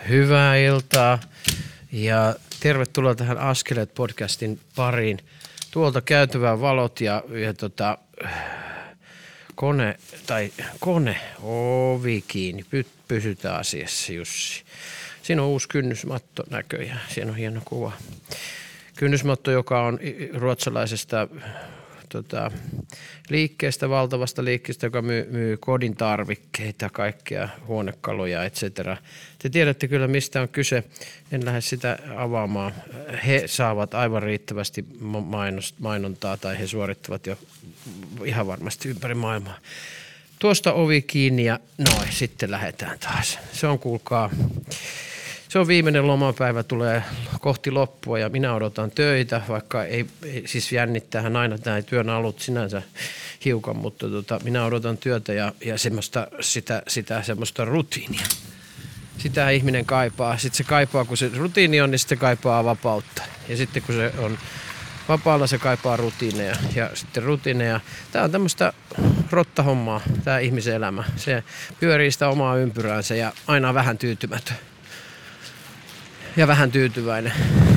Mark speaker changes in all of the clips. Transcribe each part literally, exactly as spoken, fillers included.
Speaker 1: Hyvää iltaa ja tervetuloa tähän Askeleet-podcastin pariin. Tuolta käytävää valot ja, ja tota, kone, tai kone, ovi kiinni. Py, pysytään asiassa, Jussi. Siinä on uusi kynnysmatto näköjään. Siinä on hieno kuva. Kynnysmatto, joka on ruotsalaisesta tota, liikkeestä, valtavasta liikkeestä, joka myy, myy kodin tarvikkeita, kaikkea, huonekaluja, et cetera. Te tiedätte kyllä, mistä on kyse. En lähde sitä avaamaan. He saavat aivan riittävästi mainontaa tai he suorittavat jo ihan varmasti ympäri maailmaa. Tuosta ovi kiinni ja noin, sitten lähdetään taas. Se on, kuulkaa, se on viimeinen lomapäivä, tulee kohti loppua ja minä odotan töitä, vaikka ei, ei siis jännittäähän aina nämä työn alut sinänsä hiukan, mutta tota, minä odotan työtä ja, ja semmoista, sitä, sitä semmoista rutiinia. Sitä ihminen kaipaa. Sitten se kaipaa, kun se rutiini on, niin sitten kaipaa vapautta. Ja sitten kun se on vapaalla, se kaipaa rutiineja ja sitten rutiineja. Tämä on tämmöistä rottahommaa, tämä ihmisen elämä. Se pyörii sitä omaa ympyräänsä ja aina vähän tyytymätön. Ja vähän tyytyväinen.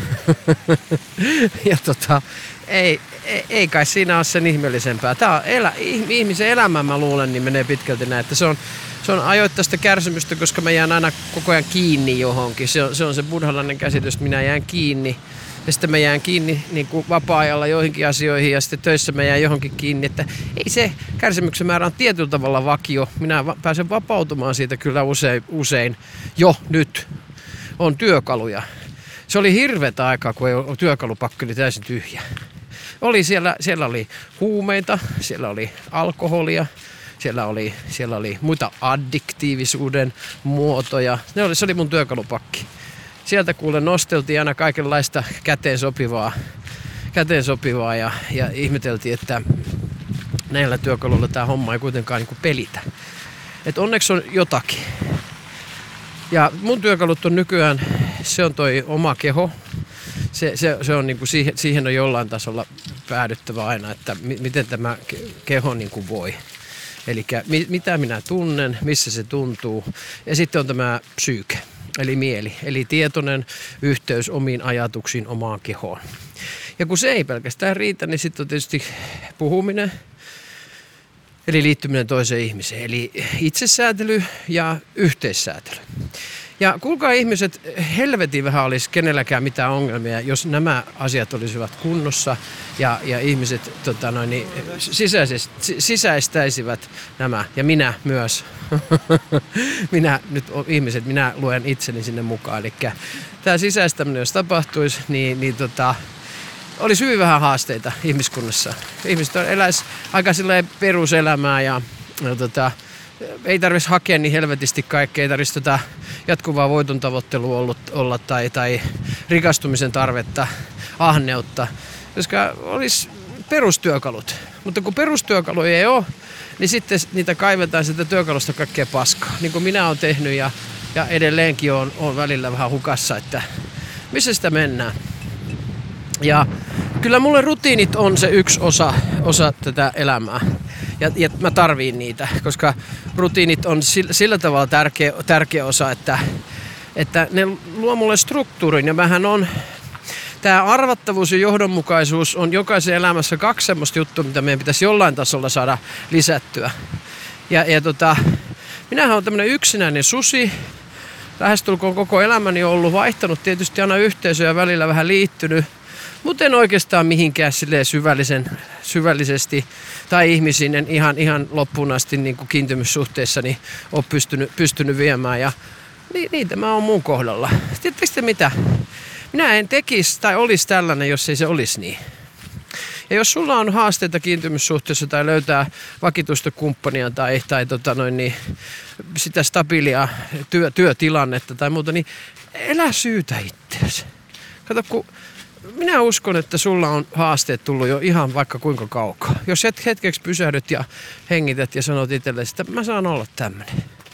Speaker 1: ja tota, ei, ei, ei kai siinä ole sen ihmeellisempää. Tämä on elä, ihmisen elämä, mä luulen, niin menee pitkälti näin, että se on, se on ajoittaista kärsimystä, koska mä jään aina koko ajan kiinni johonkin. Se on se, on se buddhalainen käsitys, että minä jään kiinni. Ja sitten mä jään kiinni niin kuin vapaa-ajalla joihinkin asioihin ja sitten töissä mä jään johonkin kiinni. Että ei se kärsimyksen määrä on tietyllä tavalla vakio. Minä va- pääsen vapautumaan siitä kyllä usein, usein jo nyt. On työkaluja. Se oli hirveätä aikaa, kun työkalupakki oli täysin tyhjä. Oli siellä, siellä oli huumeita, siellä oli alkoholia, siellä oli, siellä oli muita addiktiivisuuden muotoja. Ne oli, se oli mun työkalupakki. Sieltä kuule nosteltiin aina kaikenlaista käteen sopivaa, käteen sopivaa ja, ja ihmeteltiin, että näillä työkaluilla tämä homma ei kuitenkaan niin kuin pelitä. Et onneksi on jotakin. Ja mun työkalut on nykyään, se on toi oma keho. Se, se, se on niinku siihen, siihen on jollain tasolla päädyttävä aina, että mi, miten tämä keho niinku voi. Eli mi, mitä minä tunnen, missä se tuntuu. Ja sitten on tämä psyyke, eli mieli, eli tietoinen yhteys omiin ajatuksiin, omaan kehoon. Ja kun se ei pelkästään riitä, niin sitten on tietysti puhuminen. Eli liittyminen toiseen ihmiseen, eli itsesäätely ja yhteissäätely. Ja kuulkaa ihmiset, helvetin vähän olisi kenelläkään mitään ongelmia, jos nämä asiat olisivat kunnossa ja, ja ihmiset tota noin, niin, sisäistäisivät nämä, ja minä myös. minä nyt ihmiset, minä luen itseni sinne mukaan. Eli tämä sisäistäminen, jos tapahtuisi, niin, niin tota, olisi hyvin vähän haasteita ihmiskunnassa. Ihmiset eläisi aika silleen peruselämää ja, ja tota, ei tarvitsisi hakea niin helvetisti kaikkea, ei tarvitsisi tota jatkuvaa voiton tavoittelua ollut, olla tai, tai rikastumisen tarvetta, ahneutta, koska olisi perustyökalut. Mutta kun perustyökaluja ei ole, niin sitten niitä kaivetaan sitä työkalusta kaikkea paskaa. Niin kuin minä olen tehnyt ja, ja edelleenkin on, on välillä vähän hukassa, että missä sitä mennään. Ja kyllä mulle rutiinit on se yksi osa, osa tätä elämää. Ja, ja mä tarviin niitä, koska rutiinit on sillä, sillä tavalla tärkeä, tärkeä osa, että, että ne luo mulle struktuurin. Ja mähän on, tää arvattavuus ja johdonmukaisuus on jokaisen elämässä kaksi semmoista juttua, mitä meidän pitäisi jollain tasolla saada lisättyä. Ja, ja tota, minähän on tämmönen yksinäinen susi. Lähestulkoon koko elämäni on ollut vaihtanut tietysti aina yhteisöjä välillä vähän liittynyt. Mutta en oikeastaan mihinkään silleen syvällisen, syvällisesti tai ihmisiin en ihan, ihan loppuun asti niin kuin kiintymyssuhteissani ole pystynyt, pystynyt viemään. Ja ni, niitä mä oon mun kohdalla. Tiedättekö te mitä? Minä en tekisi tai olisi tällainen, jos ei se olisi niin. Ja jos sulla on haasteita kiintymyssuhteessa tai löytää vakituista kumppania tai, tai tota noin, niin sitä stabiilia työ, työtilannetta tai muuta, niin elä syytä itseäsi. Kato, kun minä uskon, että sulla on haasteet tullut jo ihan vaikka kuinka kaukaa. Jos et hetkeksi pysähdyt ja hengität ja sanot itsellesi, että mä saan olla tämmönen.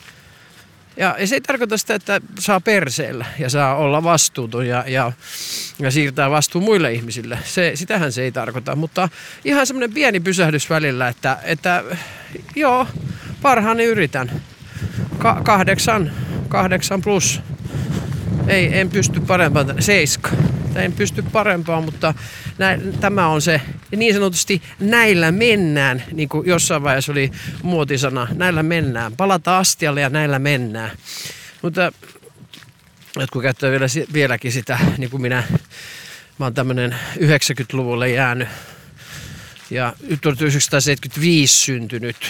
Speaker 1: Ja, ja se ei tarkoita sitä, että saa perseellä ja saa olla vastuuton ja, ja, ja siirtää vastuu muille ihmisille. Se, sitähän se ei tarkoita, mutta ihan semmoinen pieni pysähdys välillä, että, että joo, parhaani yritän. Ka- kahdeksan, kahdeksan plus. Ei, en pysty parempaan. Seiska. En pysty parempaan, mutta nä, tämä on se. Ja niin sanotusti näillä mennään, niin kuin jossain vaiheessa oli muotisana. Näillä mennään. Palata astialle ja näillä mennään. Mutta jotkut käyttää vielä, vieläkin sitä, niin kuin minä. Mä oon tämmönen yhdeksänkymmentäluvulle jäänyt ja tuhatyhdeksänsataaseitsemänkymmentäviisi syntynyt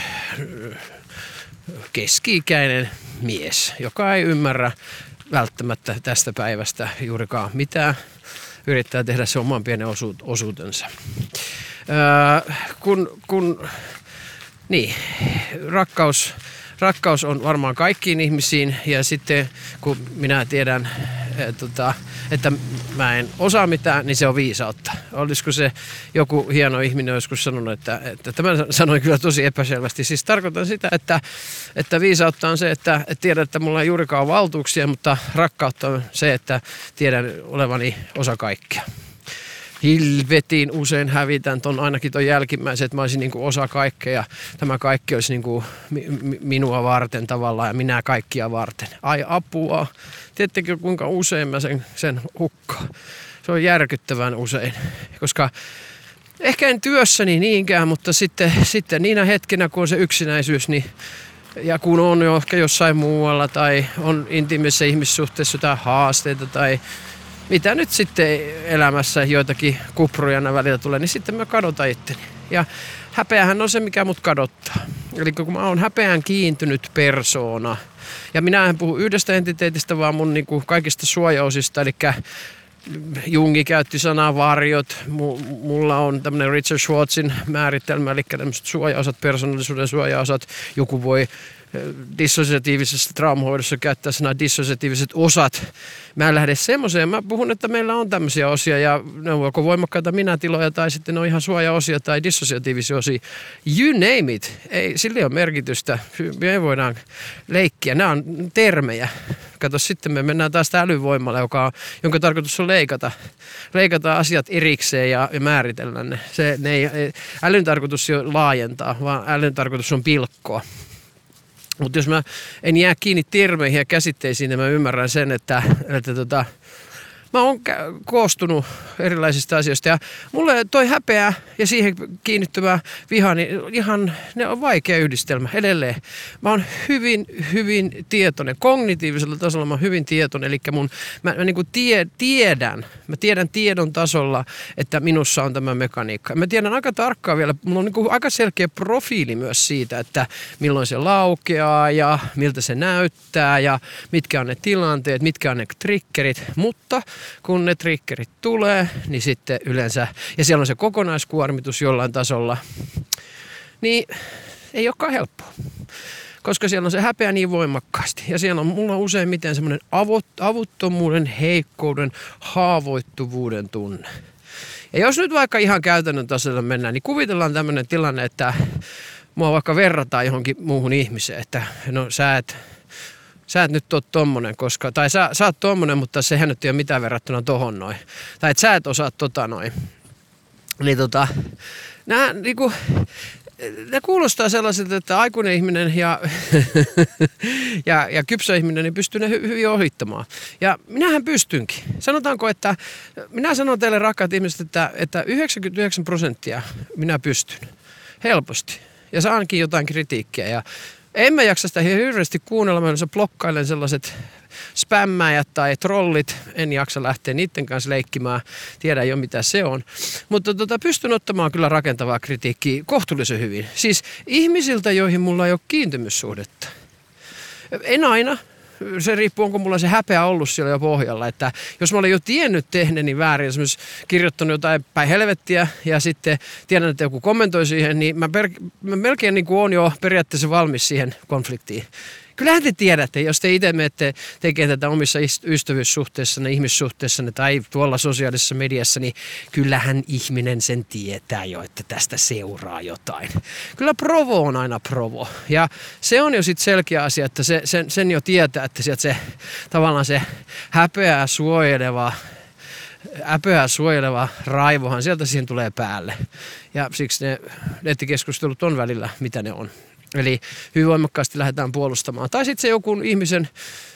Speaker 1: keski-ikäinen mies, joka ei ymmärrä välttämättä tästä päivästä juurikaan mitään. Yrittää tehdä se oman pienen osu- osuutensa. Öö, kun, kun, niin, rakkaus, rakkaus on varmaan kaikkiin ihmisiin ja sitten kun minä tiedän, Tota, että mä en osaa mitään, niin se on viisautta. Olisiko se joku hieno ihminen joskus sanonut, että, että tämän sanoin kyllä tosi epäselvästi. Siis tarkoitan sitä, että, että viisautta on se, että, että tiedän, että mulla ei juurikaan valtuuksia, mutta rakkautta on se, että tiedän olevani osa kaikkea. Hilvetin usein hävitän ton, ainakin ton jälkimmäisen, että mä olisin niinku osa kaikkea ja tämä kaikki olisi niinku minua varten tavallaan ja minä kaikkia varten. Ai apua. Tiedättekö kuinka usein mä sen, sen hukkaan? Se on järkyttävän usein, koska ehkä en työssäni niinkään, mutta sitten, sitten niinä hetkinä, kun on se yksinäisyys, niin ja kun on jo ehkä jossain muualla tai on intiimissä ihmissuhteessa jotain haasteita tai mitä nyt sitten elämässä joitakin kupruja välillä tulee, niin sitten mä kadotan itteni. Ja häpeähän on se, mikä mut kadottaa. Eli kun mä oon häpeään kiintynyt persoona, ja minä en puhu yhdestä entiteetistä, vaan mun niinku kaikista suojaosista, eli Jungi käytti sanaa varjot, mulla on tämmöinen Richard Schwartzin määritelmä, eli tämmöiset suojaosat, persoonallisuuden suojaosat, joku voi dissosiatiivisessa traumahoidossa käyttää sanaa dissosiatiiviset osat. Mä en lähde semmoiseen. Mä puhun, että meillä on tämmöisiä osia ja ne on joko voimakkaita minätiloja tai sitten ne on ihan suojaosia tai dissosiatiivisia osia. You name it. Ei, sillä ei ole merkitystä. Me voidaan leikkiä. Nämä on termejä. Kato, sitten me mennään taas tämä älyvoimalla, joka on, jonka tarkoitus on leikata. Leikata asiat erikseen ja, ja määritellä ne. Se, ne ei, älyn tarkoitus ei ole laajentaa, vaan älyn tarkoitus on pilkkoa. Mutta jos mä en jää kiinni termeihin ja käsitteisiin, niin mä ymmärrän sen, että, että tota, mä oon koostunut erilaisista asioista. Ja mulle toi häpeä ja siihen kiinnittyvä viha, niin ihan ne on vaikea yhdistelmä edelleen. Mä oon hyvin, hyvin tietoinen. Kognitiivisella tasolla mä oon hyvin tietoinen. Eli mun, mä, mä niin kuin tie, tiedän, mä tiedän tiedon tasolla, että minussa on tämä mekaniikka. Mä tiedän aika tarkkaan vielä, mulla on niin kuin aika selkeä profiili myös siitä, että milloin se laukeaa ja miltä se näyttää ja mitkä on ne tilanteet, mitkä on ne triggerit, mutta kun ne triggerit tulee, niin sitten yleensä, ja siellä on se kokonaiskuormitus jollain tasolla, niin ei olekaan helppoa. Koska siellä on se häpeä niin voimakkaasti. Ja siellä on mulla useimmiten semmoinen avuttomuuden, heikkouden, haavoittuvuuden tunne. Ja jos nyt vaikka ihan käytännön tasolla mennään, niin kuvitellaan tämmöinen tilanne, että mua vaikka verrataan johonkin muuhun ihmiseen, että no sä et... Sä et nyt ole tommonen, koska, tai sä, sä oot tommonen, mutta sehän nyt ei ole mitään verrattuna tohon noin. Tai että sä et osaa tota noin. Niin tota, nää niinku, ne kuulostaa sellaiselta, että aikuinen ihminen ja, ja, ja kypsä ihminen niin pystyy ne hy, hyvin ohittamaan. Ja minähän pystynkin. Sanotaanko, että minä sanon teille rakkaat ihmiset, että, että yhdeksänkymmentäyhdeksän prosenttia minä pystyn. Helposti. Ja saankin jotain kritiikkiä ja en mä jaksa sitä hirveästi kuunnella, mä yleensä blokkailen sellaiset spämmäjät tai trollit, en jaksa lähteä niiden kanssa leikkimään, tiedä jo mitä se on. Mutta tota, pystyn ottamaan kyllä rakentavaa kritiikkiä kohtuullisen hyvin. Siis ihmisiltä, joihin mulla ei ole kiintymyssuhdetta. En aina. Se riippuu, onko mulla se häpeä ollut siellä jo pohjalla, että jos mä olen jo tiennyt tehneeni väärin, esimerkiksi kirjoittanut jotain päin helvettiä ja sitten tiedän, että joku kommentoi siihen, niin mä, per, mä melkein niin kuin on jo periaatteessa valmis siihen konfliktiin. Kyllähän te tiedätte, jos te itse menette tekemään tätä omissa ystävyyssuhteissanne, ihmissuhteissanne tai tuolla sosiaalisessa mediassa, niin kyllähän ihminen sen tietää jo, että tästä seuraa jotain. Kyllä provo on aina provo. Ja se on jo sitten selkeä asia, että se, sen, sen jo tietää, että sieltä se tavallaan se häpeää suojeleva, häpeää suojeleva raivohan sieltä siihen tulee päälle. Ja siksi ne nettikeskustelut on välillä, mitä ne on. Eli hyvin voimakkaasti lähdetään puolustamaan. Tai sitten se joku ihmisen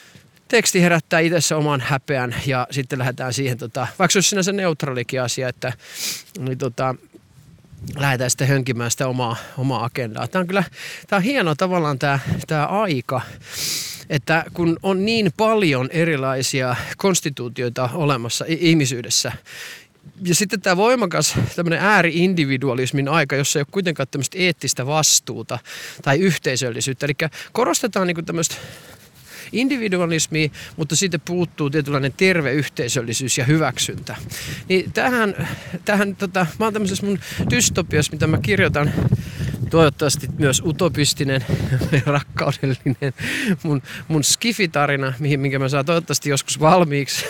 Speaker 1: teksti herättää itsessä oman häpeän ja sitten lähdetään siihen, tota, vaikka se olisi sinänsä neutraalikin asia, että niin tota, lähdetään sitten hönkimään sitä omaa, omaa agendaa. Tämä on kyllä tämä on hieno tavallaan tämä, tämä aika, että kun on niin paljon erilaisia konstituutioita olemassa ihmisyydessä, ja sitten tämä voimakas tämmöinen ääri-individualismin aika, jossa ei ole kuitenkaan tämmöistä eettistä vastuuta tai yhteisöllisyyttä. Eli korostetaan niin kuin tämmöistä individualismia, mutta siitä puuttuu tietynlainen terve yhteisöllisyys ja hyväksyntä. Niin tähän, tähän tota, mä oon tämmöisessä mun dystopiassa, mitä mä kirjoitan, toivottavasti myös utopistinen ja rakkaudellinen, mun, mun skifitarina, minkä mä saan toivottavasti joskus valmiiksi.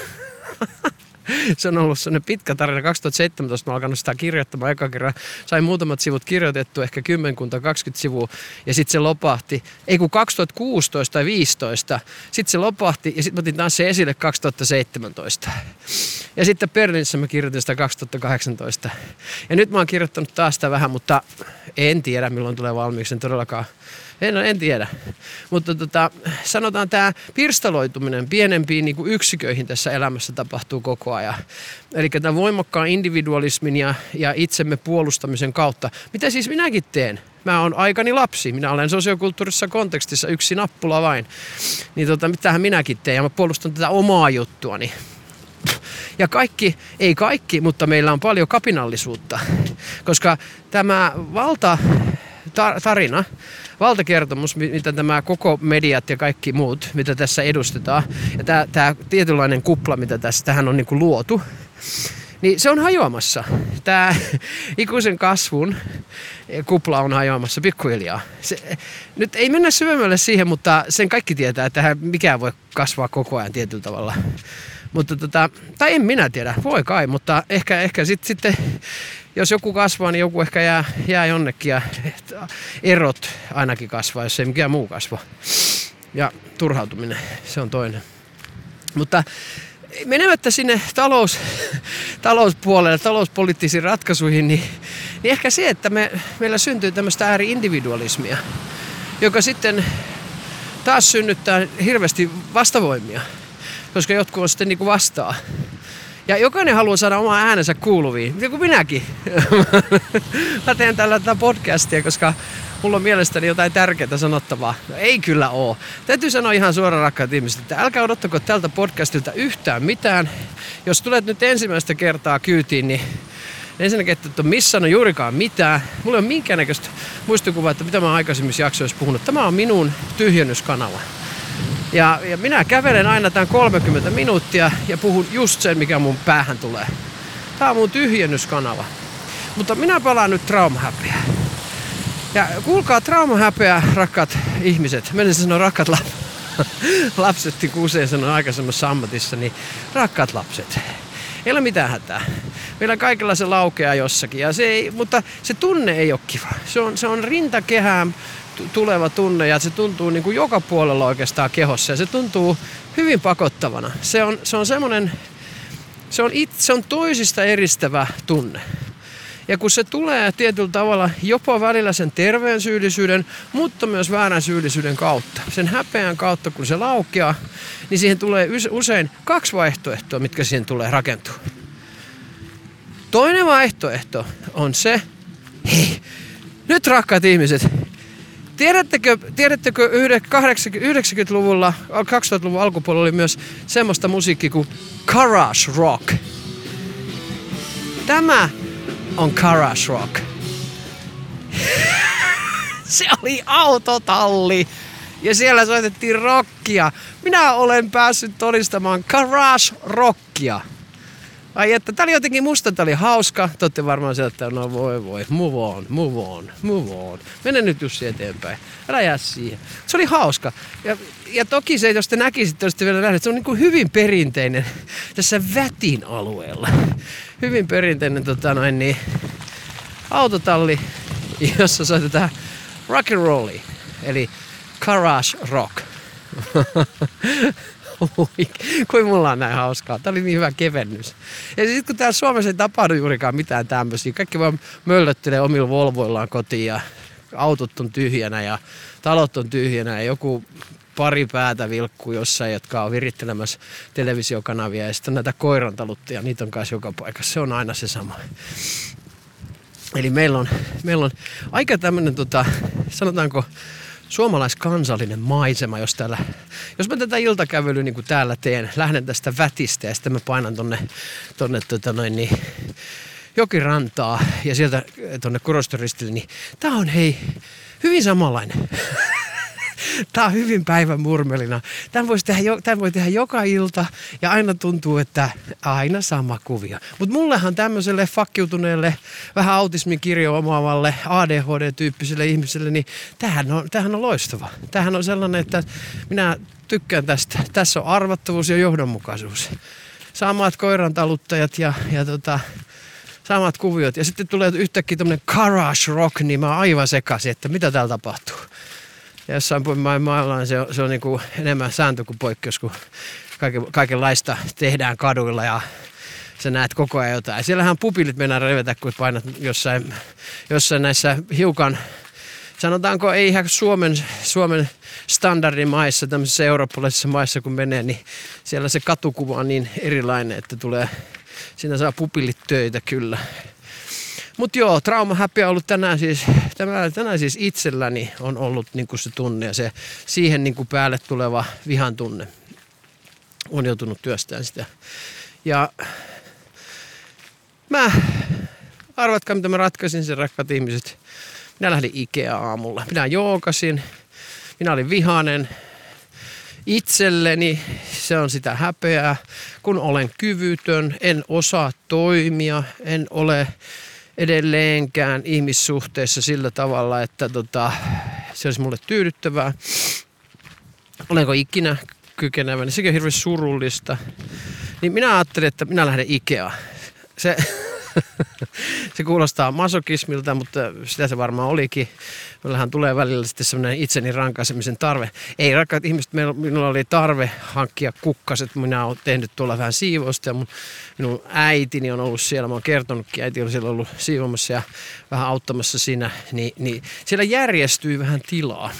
Speaker 1: Se on ollut sellainen pitkä tarina. kaksituhattaseitsemäntoista mä alkanut sitä kirjoittamaan eka kerran. Sain muutamat sivut kirjoitettu, ehkä kymmenkunta kaksikymmentä sivua. Ja sitten se lopahti. Ei kun kaksituhattakuusitoista tai viisitoista. Sitten se lopahti ja sitten mä otin taas se esille kaksituhattaseitsemäntoista. Ja sitten Berliinissä mä kirjoitin sitä kaksituhattakahdeksantoista. Ja nyt mä oon kirjoittanut taas sitä vähän, mutta en tiedä milloin tulee valmiiksi. En todellakaan. En, en tiedä. Mutta tota, sanotaan tämä pirstaloituminen pienempiin niin kuin yksiköihin tässä elämässä tapahtuu koko ajan. Eli tämän voimakkaan individualismin ja, ja itsemme puolustamisen kautta. Mitä siis minäkin teen? Mä oon aikani lapsi. Minä olen sosiokulttuurisessa kontekstissa yksi nappula vain. Niin tota, mitähän minäkin teen? Ja mä puolustan tätä omaa juttuani. Ja kaikki, ei kaikki, mutta meillä on paljon kapinallisuutta. Koska tämä valta... tarina, valtakertomus, mitä tämä koko mediat ja kaikki muut, mitä tässä edustetaan, ja tämä, tämä tietynlainen kupla, mitä tässä tähän on niin kuin luotu, niin se on hajoamassa. Tämä ikuisen kasvun kupla on hajoamassa pikkuhiljaa. Se, nyt ei mennä syvemmälle siihen, mutta sen kaikki tietää, että mikään voi kasvaa koko ajan tietyllä tavalla. Mutta tota, tai en minä tiedä, voi kai, mutta ehkä, ehkä sit, sitten, jos joku kasvaa, niin joku ehkä jää, jää jonnekin ja erot ainakin kasvaa, jos ei mikään muu kasva. Ja turhautuminen, se on toinen. Mutta menemättä sinne talous, talouspuolelle, talouspoliittisiin ratkaisuihin, niin, niin ehkä se, että me, meillä syntyy tämmöistä ääri-individualismia, joka sitten taas synnyttää hirveästi vastavoimia. Koska jotkut on sitten niin kuin vastaa. Ja jokainen haluaa saada omaa äänensä kuuluviin, niin kuin minäkin. Mä teen tällä tätä podcastia, koska mulla on mielestäni jotain tärkeää sanottavaa. No, ei kyllä oo. Täytyy sanoa ihan suoraan, rakkaat ihmiset, että älkää odottako tältä podcastilta yhtään mitään. Jos tulet nyt ensimmäistä kertaa kyytiin, niin ensinnäkin, että et ole missannut juurikaan mitään. Mulla ei ole minkäännäköistä muistikuvaa, että mitä mä oon aikaisemmissa jaksoissa puhunut. Tämä on minun tyhjennyskanava. Ja, ja minä kävelen aina tämän kolmekymmentä minuuttia ja puhun just sen, mikä mun päähän tulee. Tää on mun tyhjennyskanava. Mutta minä palaan nyt traumahäpeään. Ja kuulkaa traumahäpeää, rakkaat ihmiset. Menisin sanoa rakkaat lapset. Lapset, niin kuin usein sanon aikaisemmassa ammatissa, niin rakkaat lapset. Ei ole mitään hätää. Meillä kaikilla se laukeaa jossakin. Ja se ei, mutta se tunne ei ole kiva. Se on, se on rintakehään tuleva tunne ja se tuntuu niin kuin joka puolella oikeastaan kehossa ja se tuntuu hyvin pakottavana. Se on, se on semmoinen, se on, it, se on toisista eristävä tunne. Ja kun se tulee tietyllä tavalla jopa välillä sen terveen syyllisyyden, mutta myös väärän syyllisyyden kautta, sen häpeän kautta kun se laukeaa, niin siihen tulee usein kaksi vaihtoehtoa, mitkä siihen tulee rakentua. Toinen vaihtoehto on se, hei, nyt rakkaat ihmiset, Tiedättekö, tiedättekö yhdeksänkymmentäluvulla, kaksituhattaluvun alkupuolella oli myös semmoista musiikkia kuin garage rock. Tämä on garage rock. Se oli autotalli ja siellä soitettiin rockia. Minä olen päässyt todistamaan garage rockia. Ai että, tää oli jotenkin musta, tää oli hauska. Te ootte varmaan sieltä, että no voi voi, move on, move on, move on. Mene nyt Jussi eteenpäin, älä jää siihen. Se oli hauska. Ja, ja toki se, jos te näkisitte, olisitte vielä nähneet, se on niin kuin hyvin perinteinen tässä Vätin alueella. Hyvin perinteinen tota noin niin, autotalli, jossa soitetaan rock and rollia, eli garage rock. Kuin mulla on näin hauskaa. Tää oli niin hyvä kevennys. Ja sitten kun täällä Suomessa ei tapahdu juurikaan mitään tämmöisiä, kaikki vaan möllöttelee omilla Volvoillaan kotiin ja autot on tyhjänä ja talot on tyhjänä ja joku pari päätä vilkkuu jossain, jotka on virittelemässä televisiokanavia ja sitten on näitä koirantaluttajia, niitä on kanssa joka paikassa. Se on aina se sama. Eli meillä on, meillä on aika tämmöinen, tota, sanotaanko, suomalaiskansallinen maisema, jos täällä, jos mä tätä iltakävelyä niin kuin täällä teen, lähden tästä Vätistä ja sitten mä painan tonne, tonne tota noin niin, Jokirantaa ja sieltä tonne Korostoristille, niin tää on hei hyvin samanlainen. Tää on hyvin päivän murmelina. Tämän, voisi tehdä, tämän voi tehdä joka ilta ja aina tuntuu, että aina sama kuvio. Mutta mullehan tämmöiselle fakkiutuneelle, vähän autismin kirjo omaavalle A D H D-tyyppiselle ihmiselle, niin tämähän on, tämähän on loistava. Tämähän on sellainen, että minä tykkään tästä. Tässä on arvattavuus ja johdonmukaisuus. Samat koirantaluttajat ja, ja tota, samat kuviot. Ja sitten tulee yhtäkkiä tämmöinen garage rock, niin mä oon aivan sekaisin, että mitä täällä tapahtuu. Ja jossain maailmalla se on, se on niin kuin enemmän sääntö kuin poikkeus, kun kaiken, kaikenlaista tehdään kaduilla ja sä näet koko ajan jotain. Siellähän pupillit mennään revetä, kun painat jossain, jossain näissä hiukan, sanotaanko ei ihan Suomen, Suomen standardimaissa, tämmöisissä eurooppalaisissa maissa kun menee, niin siellä se katukuva on niin erilainen, että tulee, siinä saa pupillit töitä kyllä. Mutta joo, traumahäppiä on ollut tänään siis, tänään, tänään siis itselläni on ollut niinku se tunne ja se siihen niinku päälle tuleva vihan tunne. On joutunut työstämään sitä. Ja mä, arvatkaa mitä mä ratkaisin sen, rakkaat ihmiset. Minä lähdin Ikea aamulla. Minä joogasin, minä olin vihainen itselleni, se on sitä häpeää. Kun olen kyvytön, en osaa toimia, en ole edelleenkään ihmissuhteessa sillä tavalla, että tota, se olisi mulle tyydyttävää. Olenko ikinä kykenevä, niin sekin on hirveän surullista. Niin minä ajattelin, että minä lähden Ikeaan. Se, se kuulostaa masokismilta, mutta sitä se varmaan olikin. Meillähän tulee välillä sitten semmoinen itseni rankaisemisen tarve. Ei rakkaat ihmiset, minulla oli tarve hankkia kukkaset. Minä olen tehnyt tuolla vähän siivousta ja mun, minun äitini on ollut siellä. Mä oon kertonutkin, äiti oli siellä ollut siivomassa ja vähän auttamassa siinä. Niin, niin siellä järjestyi vähän tilaa.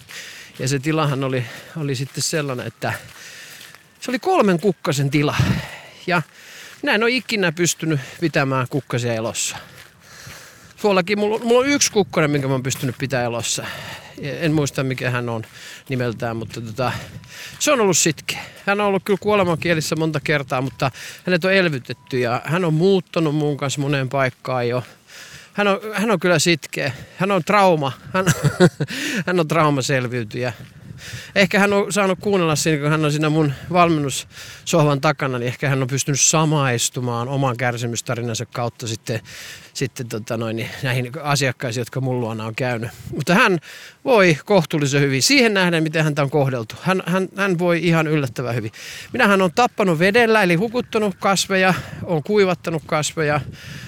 Speaker 1: Ja se tilahan oli, oli sitten sellainen, että se oli kolmen kukkasen tila. Ja minä en ole ikinä pystynyt pitämään kukkasia elossa. Tuollakin mulla, mulla on yksi kukkanen, minkä mä oon pystynyt pitämään elossa. En muista mikä hän on nimeltään, mutta tota, se on ollut sitkeä. Hän on ollut kyllä kuolemankielissä monta kertaa, mutta hänet on elvytetty ja hän on muuttanut mun kanssa moneen paikkaan jo. Hän on, hän on kyllä sitkeä. Hän on trauma. Hän, hän on traumaselviytyjä. Ehkä hän on saanut kuunnella siinä, kun hän on siinä mun valmennussohvan takana, niin ehkä hän on pystynyt samaistumaan oman kärsimystarinansa kautta sitten, sitten tota noin, näihin asiakkaisiin, jotka mun luona on käynyt. Mutta hän voi kohtuullisen hyvin. Siihen nähden, miten häntä on kohdeltu. Hän, hän, hän voi ihan yllättävän hyvin. Minähän on tappanut vedellä, eli hukuttanut kasveja, on kuivattanut kasveja,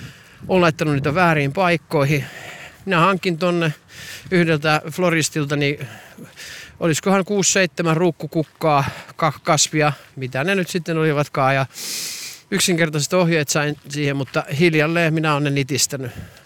Speaker 1: on laittanut niitä vääriin paikkoihin. Minä hankin tonne yhdeltä floristilta, niin olisikohan kuusi seitsemän ruukkukukkaa, kasvia, mitä ne nyt sitten olivatkaan. Ja yksinkertaiset ohjeet sain siihen, mutta hiljalleen minä olen ne nitistänyt.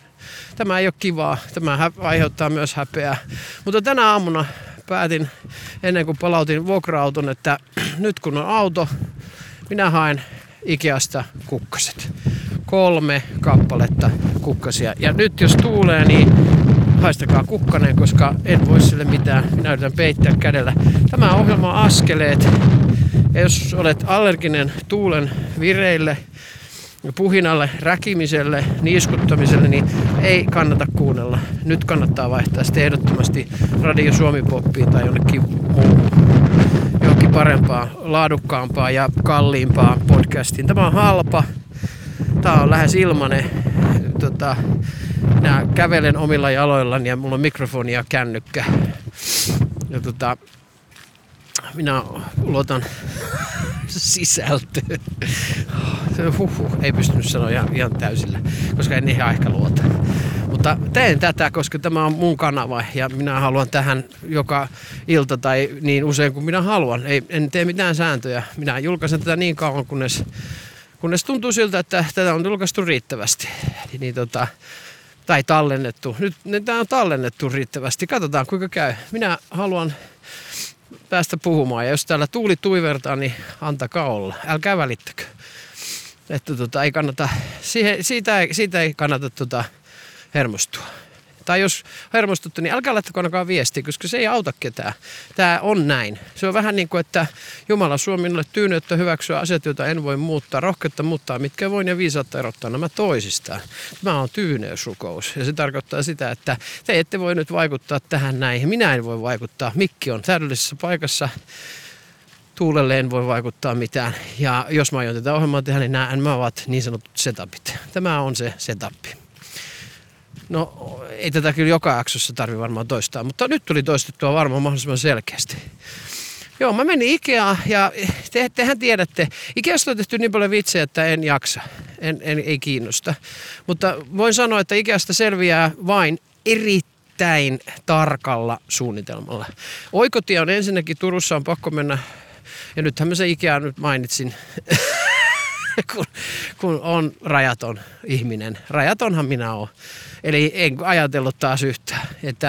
Speaker 1: Tämä ei ole kivaa, tämä aiheuttaa myös häpeää. Mutta tänä aamuna päätin, ennen kuin palautin vuokra-auton, että nyt kun on auto, minä haen Ikeasta kukkaset. Kolme kappaletta kukkasia. Ja nyt jos tuulee, niin haistakaa kukkanen, koska en voi sille mitään. Minä yritän peittää kädellä. Tämä ohjelma on askeleet. Ja jos olet allerginen tuulen vireille, puhinalle, räkimiselle, niiskuttamiselle, niin ei kannata kuunnella. Nyt kannattaa vaihtaa sitten ehdottomasti Radio Suomi-poppiin tai jonnekin muuhun. Johonkin parempaan, laadukkaampaan ja kalliimpaan podcastiin. Tämä on halpa. Tämä on lähes ilmanen. Tota, minä kävelen omilla jaloillani ja mulla on mikrofoni ja kännykkä. Ja tota, minä luotan sisältöön. Huhhuh, ei pystynyt sanoa ihan, ihan täysillä, koska en ihan ehkä luota. Mutta teen tätä, koska tämä on mun kanava ja minä haluan tähän joka ilta tai niin usein kuin minä haluan. Ei, en tee mitään sääntöjä. Minä julkaisen tätä niin kauan, kunnes, kunnes tuntuu siltä, että tätä on julkaistu riittävästi. Niin, tota, tai tallennettu. Nyt tämä on tallennettu riittävästi. Katsotaan kuinka käy. Minä haluan päästä puhumaan. Ja jos täällä tuuli tuivertaa, niin antakaa olla. Älkää välittäkö. Että tota, ei kannata, siihen, siitä, ei, siitä ei kannata tota, hermostua. Tai jos hermostutte, niin älkää laittako ainakaan viestiä, koska se ei auta ketään. Tämä on näin. Se on vähän niin kuin, että Jumala suo minulle tyyneyttä hyväksyä asiat, joita en voi muuttaa, rohkeutta muuttaa, mitkä voin ja viisautta erottaa nämä toisistaan. Tämä on tyyneysrukous ja se tarkoittaa sitä, että te ette voi nyt vaikuttaa tähän näihin. Minä en voi vaikuttaa. Mikki on täydellisessä paikassa. Tuulelle en voi vaikuttaa mitään. Ja jos mä aion tätä ohjelmaa tehdä, niin nämä ovat niin sanotut setupit. Tämä on se setup. No, ei tätä kyllä joka jaksossa tarvitse varmaan toistaa, mutta nyt tuli toistettua varmaan mahdollisimman selkeästi. Joo, mä menin Ikeaan ja te, tehän tiedätte, Ikeasta on tehty niin paljon vitsejä, että en jaksa, en, en, ei kiinnosta. Mutta voin sanoa, että Ikeasta selviää vain erittäin tarkalla suunnitelmalla. Oikotie on ensinnäkin, Turussa on pakko mennä, ja nythän mä se Ikean nyt mainitsin, kun, kun on rajaton ihminen. Rajatonhan minä olen. Eli en ajatellut taas yhtään, että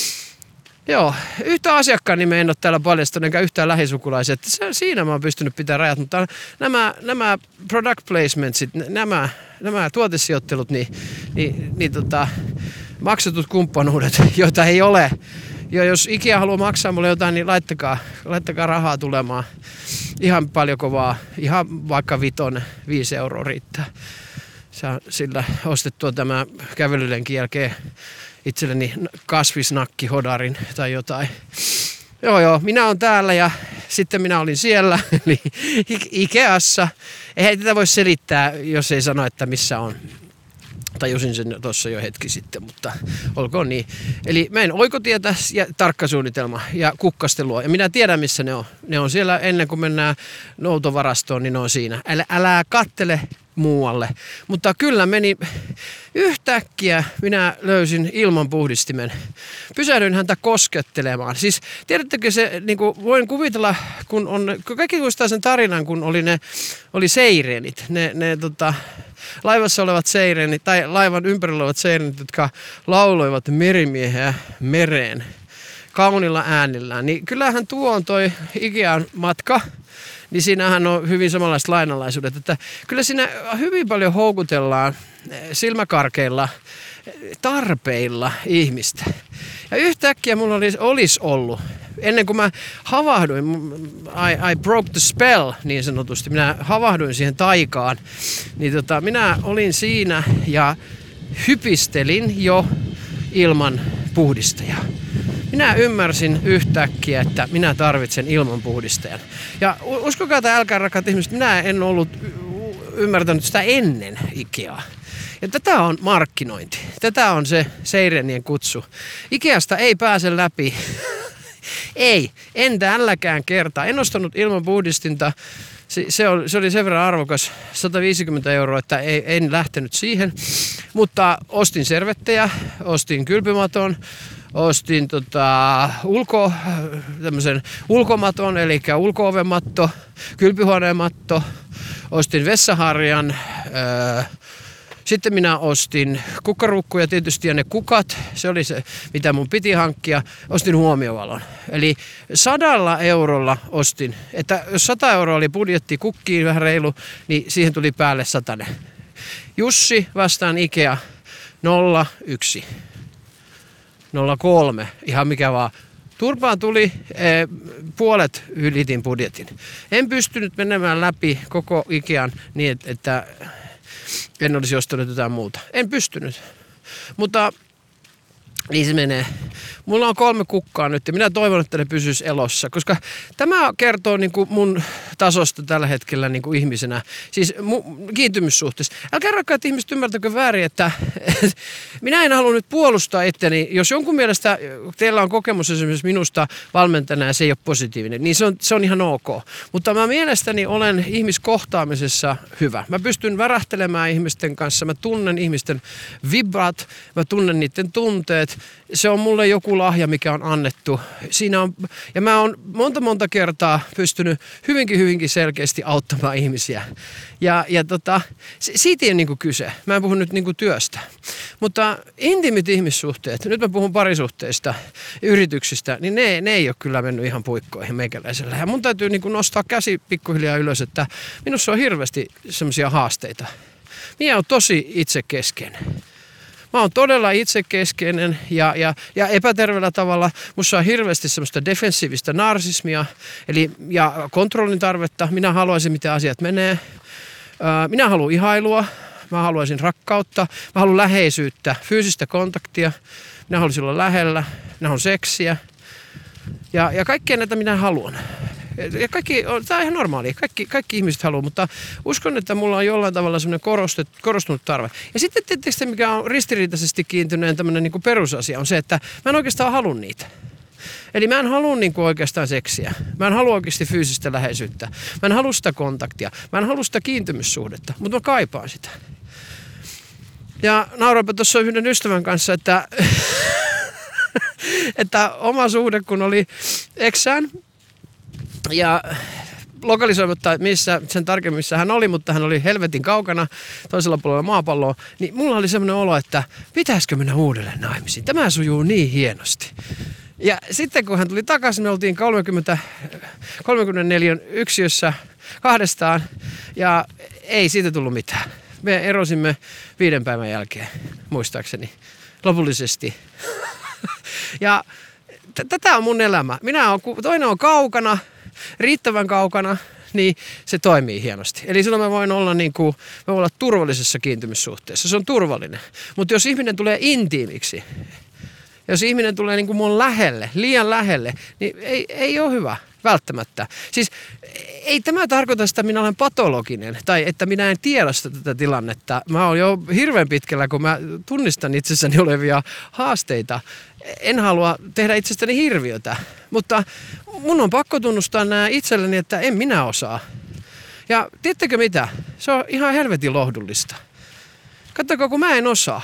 Speaker 1: joo, yhtä asiakkaan nimeä en ole täällä paljastanut, enkä yhtään lähisukulaisia. Siinä mä oon pystynyt pitämään rajat, mutta nämä, nämä product placementsit, nämä, nämä tuotesijoittelut, niin, niin, niin tota, maksatut kumppanuudet, joita ei ole. Ja jos Ikea haluaa maksaa mulle jotain, niin laittakaa, laittakaa rahaa tulemaan. Ihan paljon kovaa, ihan vaikka vitonen, viisi euroa riittää. Saa sillä ostettua tämä kävelylenkin jälkeen itselleni kasvisnakkihodarin tai jotain. Joo joo, minä olen täällä ja sitten minä olin siellä, eli Ikeassa. Eihän tätä voi selittää, jos ei sano, että missä on. Tajusin sen tuossa jo hetki sitten, mutta olkoon niin. Eli menen oikotietä ja tarkka suunnitelma ja kukkastelua. Ja minä tiedän, missä ne on. Ne on siellä ennen kuin mennään noutovarastoon, niin ne on siinä. Älä, älä kattele muualle. Mutta kyllä meni yhtäkkiä, minä löysin ilmanpuhdistimen. Pysähdyin häntä koskettelemaan. Siis tiedättekö se, niin kuin voin kuvitella, kun on, kun kaikki muistaa sen tarinan, kun oli ne, oli seireenit, ne, ne tota, laivassa olevat seireenit, tai laivan ympärillä olevat seireenit, jotka lauloivat merimiehiä mereen kaunilla äänillään. Niin kyllähän tuo on toi Ikean matka. Niin siinähän on hyvin samanlaiset lainalaisuudet, että kyllä siinä hyvin paljon houkutellaan silmäkarkeilla tarpeilla ihmistä. Ja yhtäkkiä mulla olisi, olisi ollut, ennen kuin mä havahduin, I, I broke the spell niin sanotusti, minä havahduin siihen taikaan, niin tota, minä olin siinä ja hypistelin jo ilman puhdistajaa. Minä ymmärsin yhtäkkiä, että minä tarvitsen ilmanpuhdistajan. Ja uskokaa tai älkää rakkaat ihmiset, minä en ollut ymmärtänyt sitä ennen Ikeaa. Ja tätä on markkinointi. Tätä on se seirenien kutsu. Ikeasta ei pääse läpi. Ei, en tälläkään kertaa. En ostanut ilmanpuhdistinta. Se, se, oli, se oli sen verran arvokas, sata viisikymmentä euroa, että ei, en lähtenyt siihen. Mutta ostin servettejä, ostin kylpymaton. Ostin tota, ulko, tämmöisen ulkomaton, eli ulko-ovenmatto, kylpyhuoneen matto. Ostin vessaharjan. Öö, sitten minä ostin kukkarukkuja tietysti ja ne kukat. Se oli se, mitä mun piti hankkia. Ostin huomiovalon. Eli sadalla eurolla ostin. Että jos sata euroa oli budjetti kukkiin vähän reilu, niin siihen tuli päälle satanen. Jussi vastaan Ikea nolla yksi. nolla kolme, ihan mikä vaan. Turpaan tuli, e, puolet ylitin budjetin. En pystynyt menemään läpi koko Ikean niin, että en olisi ostanut jotain muuta. En pystynyt. Mutta niin se menee. Mulla on kolme kukkaa nyt ja minä toivon, että ne pysyisi elossa, koska tämä kertoo niin kuin mun tasosta tällä hetkellä niin kuin ihmisenä, siis mu- kiintymyssuhteessa. Älkää rakkaat ihmiset ymmärtäkö väärin, että minä en halua nyt puolustaa etteni. Jos jonkun mielestä teillä on kokemus esimerkiksi minusta valmentajana ja se ei ole positiivinen, niin se on, se on ihan ok. Mutta mä mielestäni olen ihmiskohtaamisessa hyvä. Mä pystyn värähtelemään ihmisten kanssa, mä tunnen ihmisten vibrat, mä tunnen niiden tunteet. että se on mulle joku lahja, mikä on annettu. Siinä on, ja mä oon monta monta kertaa pystynyt hyvinkin hyvinkin selkeästi auttamaan ihmisiä. Ja, ja tota, siitä ei ole niinku kyse. Mä en puhu nyt niinku työstä. Mutta intiimit ihmissuhteet, nyt mä puhun parisuhteista, yrityksistä, niin ne, ne ei ole kyllä mennyt ihan puikkoihin meikäläisellä. Ja mun täytyy niinku nostaa käsi pikkuhiljaa ylös, että minussa on hirveästi semmoisia haasteita. Minä olen tosi itsekeskeinen. Mä oon todella itsekeskeinen ja, ja, ja epäterveellä tavalla. Musta on hirveästi semmoista defensiivistä narsismia eli, ja kontrollin tarvetta. Minä haluaisin, miten asiat menee. Minä haluan ihailua. Mä haluaisin rakkautta. Mä haluan läheisyyttä, fyysistä kontaktia. Minä haluaisin olla lähellä. Minä haluan seksiä. Ja, ja kaikkea näitä minä haluan. Ja kaikki, tämä on ihan normaalia, kaikki, kaikki ihmiset haluaa, mutta uskon, että mulla on jollain tavalla semmoinen korostunut tarve. Ja sitten tietysti, mikä on ristiriitaisesti kiintyneen tämmöinen niin kuin perusasia, on se, että mä en oikeastaan halua niitä. Eli mä en halua niin kuin oikeastaan seksiä. Mä en halua oikeasti fyysistä läheisyyttä. Mä en halua sitä kontaktia. Mä en halua sitä kiintymyssuhdetta, mutta mä kaipaan sitä. Ja nauroinpa tuossa yhden ystävän kanssa, että, että oma suhde kun oli eksään, ja lokalisoimatta missä, sen tarkemmin missä hän oli, mutta hän oli helvetin kaukana toisella puolella maapalloa, niin mulla oli semmoinen olo, että pitäisikö mennä uudelleen naimisiin. Tämä sujuu niin hienosti. Ja sitten kun hän tuli takaisin, me oltiin kolmekymmentä, kolmekymmentäneljä yksiössä kahdestaan ja ei siitä tullut mitään. Me erosimme viiden päivän jälkeen, muistaakseni, lopullisesti. Ja t- tätä on mun elämä. Minä on, toinen on kaukana, riittävän kaukana, niin se toimii hienosti. Eli silloin mä voin olla, niin kuin, mä voin olla turvallisessa kiintymyssuhteessa. Se on turvallinen. Mutta jos ihminen tulee intiimiksi, jos ihminen tulee niin kuin mun lähelle, liian lähelle, niin ei, ei ole hyvä. Välttämättä. Siis ei tämä tarkoita sitä, että minä olen patologinen tai että minä en tiedosta tätä tilannetta. Mä oon jo hirveän pitkällä, kun mä tunnistan itsessäni olevia haasteita. En halua tehdä itsestäni hirviötä, mutta mun on pakko tunnustaa nämä itselleni, että en minä osaa. Ja tiedättekö mitä? Se on ihan helvetin lohdullista. Katsokaa, kun mä en osaa.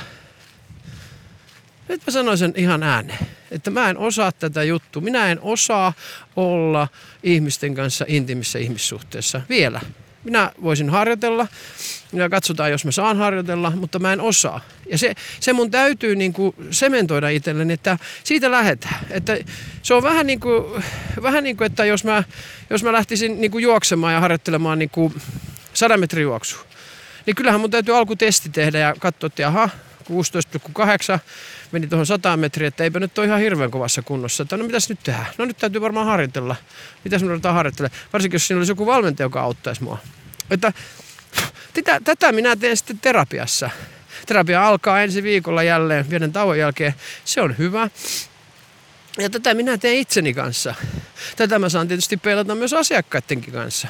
Speaker 1: Nyt mä sanoin sen ihan ääneen, että mä en osaa tätä juttua. Minä en osaa olla ihmisten kanssa intiimissä ihmissuhteessa vielä. Minä voisin harjoitella ja katsotaan, jos mä saan harjoitella, mutta mä en osaa. Ja se, se mun täytyy niin kuin sementoida itselleni, että siitä lähdetään. Että se on vähän niin kuin, vähän niin kuin että jos mä, jos mä lähtisin niin kuin juoksemaan ja harjoittelemaan niin kuin sadan metrin juoksua, niin kyllähän mun täytyy alkutesti tehdä ja katsoa, että jaha, kuusitoista pilkku kahdeksan meni tuohon sataan metriä, että eipä nyt ole ihan hirveän kovassa kunnossa. Että no mitäs nyt tehdään? No nyt täytyy varmaan harjoitella. Mitäs me ruvetaan harjoittelemaan? Varsinkin jos siinä olisi joku valmentaja, joka auttaisi mua. Että tätä, tätä minä teen sitten terapiassa. Terapia alkaa ensi viikolla jälleen pienen tauon jälkeen. Se on hyvä. Ja tätä minä teen itseni kanssa. Tätä mä saan tietysti peilata myös asiakkaidenkin kanssa.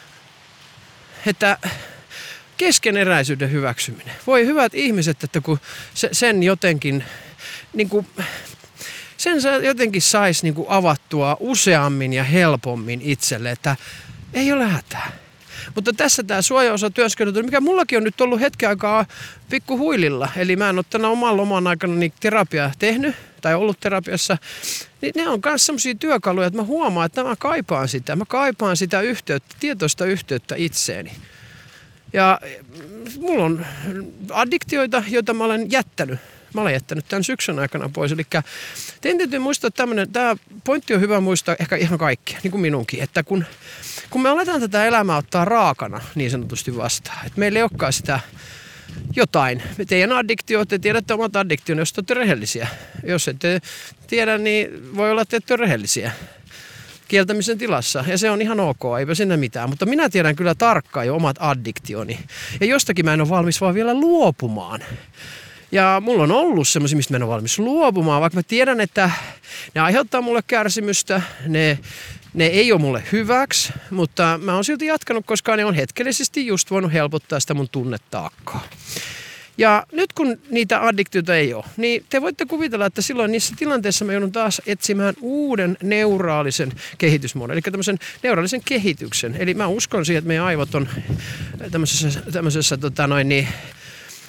Speaker 1: Että keskeneräisyyden hyväksyminen. Voi hyvät ihmiset, että kun se, sen jotenkin, niin kuin, sen jotenkin saisi niin kuin avattua useammin ja helpommin itselle, että ei ole hätää. Mutta tässä tämä suojaosa työskentely, mikä mullakin on nyt ollut hetken aikaa pikku huililla, eli mä en ole tänä oman loman aikana niin terapiaa tehnyt tai ollut terapiassa, niin ne on myös sellaisia työkaluja, että mä huomaan, että mä kaipaan sitä. Mä kaipaan sitä yhteyttä, tietoista yhteyttä itseeni. Ja mulla on addiktioita, joita mä olen jättänyt. Mä olen jättänyt tämän syksyn aikana pois. Eli teidän täytyy muistaa tämmöinen, tämä pointti on hyvä muistaa ehkä ihan kaikki, niin kuin minunkin, että kun, kun me aletaan tätä elämää ottaa raakana niin sanotusti vastaan, että meillä ei olekaan sitä jotain. Teidän addiktio, te tiedätte omat addiktion, jos te olette rehellisiä. Jos ette tiedä, niin voi olla, että te ette ole rehellisiä. Kieltämisen tilassa. Ja se on ihan ok, eipä sinne mitään. Mutta minä tiedän kyllä tarkkaan jo omat addiktioni. Ja jostakin mä en ole valmis vaan vielä luopumaan. Ja mulla on ollut semmoisia, mistä mä en ole valmis luopumaan. Vaikka mä tiedän, että ne aiheuttaa mulle kärsimystä. Ne, ne ei ole mulle hyväksi. Mutta mä oon silti jatkanut, koska ne on hetkellisesti just voinut helpottaa sitä mun tunnetaakkaa. Ja nyt kun niitä addiktioita ei ole, niin te voitte kuvitella, että silloin niissä tilanteissa mä joudun taas etsimään uuden neuraalisen kehitysmuodon, eli tämmöisen neuraalisen kehityksen. Eli mä uskon siihen, että meidän aivot on tämmöisessä, tämmöisessä tota noin niin,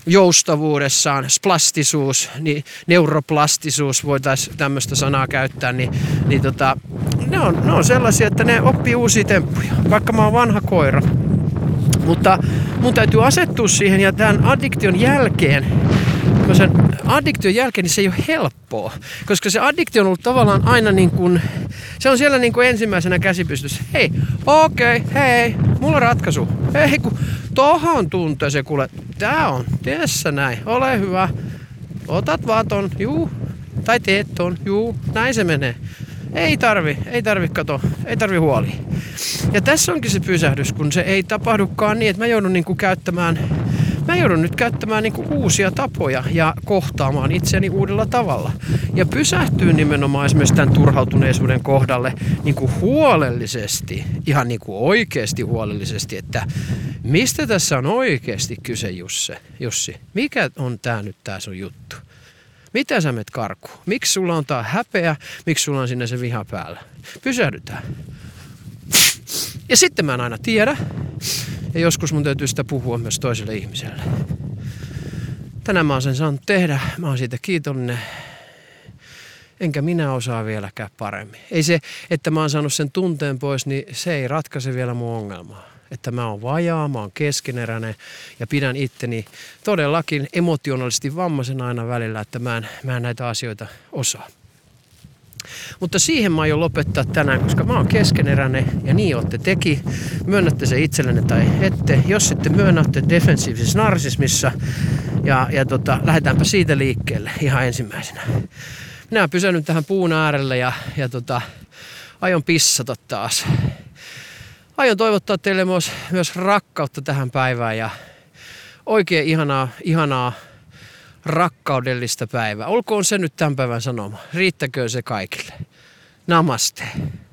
Speaker 1: joustavuudessaan, splastisuus, niin neuroplastisuus, voitaisiin tämmöistä sanaa käyttää, niin, niin tota, ne, on, ne on sellaisia, että ne oppii uusia temppuja, vaikka mä oon vanha koira. Mutta mun täytyy asettua siihen ja tämän addiktion jälkeen, sen addiktion jälkeen, niin se ei ole helppoa, koska se addiktio on ollut tavallaan aina niin kuin, se on siellä niin kuin ensimmäisenä käsipystyssä. Hei, okei, okay, hei, mulla on ratkaisu. Hei, kun tohon tuntee se, kuule, tää on, tässä näin, ole hyvä. Otat vaan ton, juu, tai teet ton, juu, näin se menee. Ei tarvi, ei tarvi kato, ei tarvi huolia. Ja tässä onkin se pysähdys, kun se ei tapahdukaan niin, että mä joudun niinku käyttämään, mä joudun nyt käyttämään niinku uusia tapoja ja kohtaamaan itseäni uudella tavalla. Ja pysähtyy nimenomaan esimerkiksi tämän turhautuneisuuden kohdalle niinku huolellisesti, ihan niinku oikeasti huolellisesti, että mistä tässä on oikeasti kyse, Jusse, Jussi? Mikä on tää nyt tää sun juttu? Mitä sä menet karkuun? Miksi sulla on tää häpeä? Miksi sulla on sinne se viha päällä? Pysähdytään. Ja sitten mä en aina tiedä. Ja joskus mun täytyy sitä puhua myös toiselle ihmiselle. Tänään mä oon sen saanut tehdä. Mä oon siitä kiitollinen. Enkä minä osaa vieläkään paremmin. Ei se, että mä oon saanut sen tunteen pois, niin se ei ratkaise vielä mun ongelmaa. Että mä oon vajaa, mä oon keskeneräinen ja pidän itteni todellakin emotionaalisesti vammaisen aina välillä, että mä en, mä en näitä asioita osaa. Mutta siihen mä aion lopettaa tänään, koska mä oon keskeneräinen ja niin ootte teki. Myönnätte se itsellenne tai ette. Jos sitten myönnätte defensiivisessä narsismissa ja, ja tota, lähdetäänpä siitä liikkeelle ihan ensimmäisenä. Minä oon pysähnyt tähän puun äärelle ja, ja tota, aion pissata taas. Aion toivottaa teille myös, myös rakkautta tähän päivään ja oikein ihanaa, ihanaa rakkaudellista päivää. Olkoon se nyt tämän päivän sanoma. Riittäköön se kaikille. Namaste.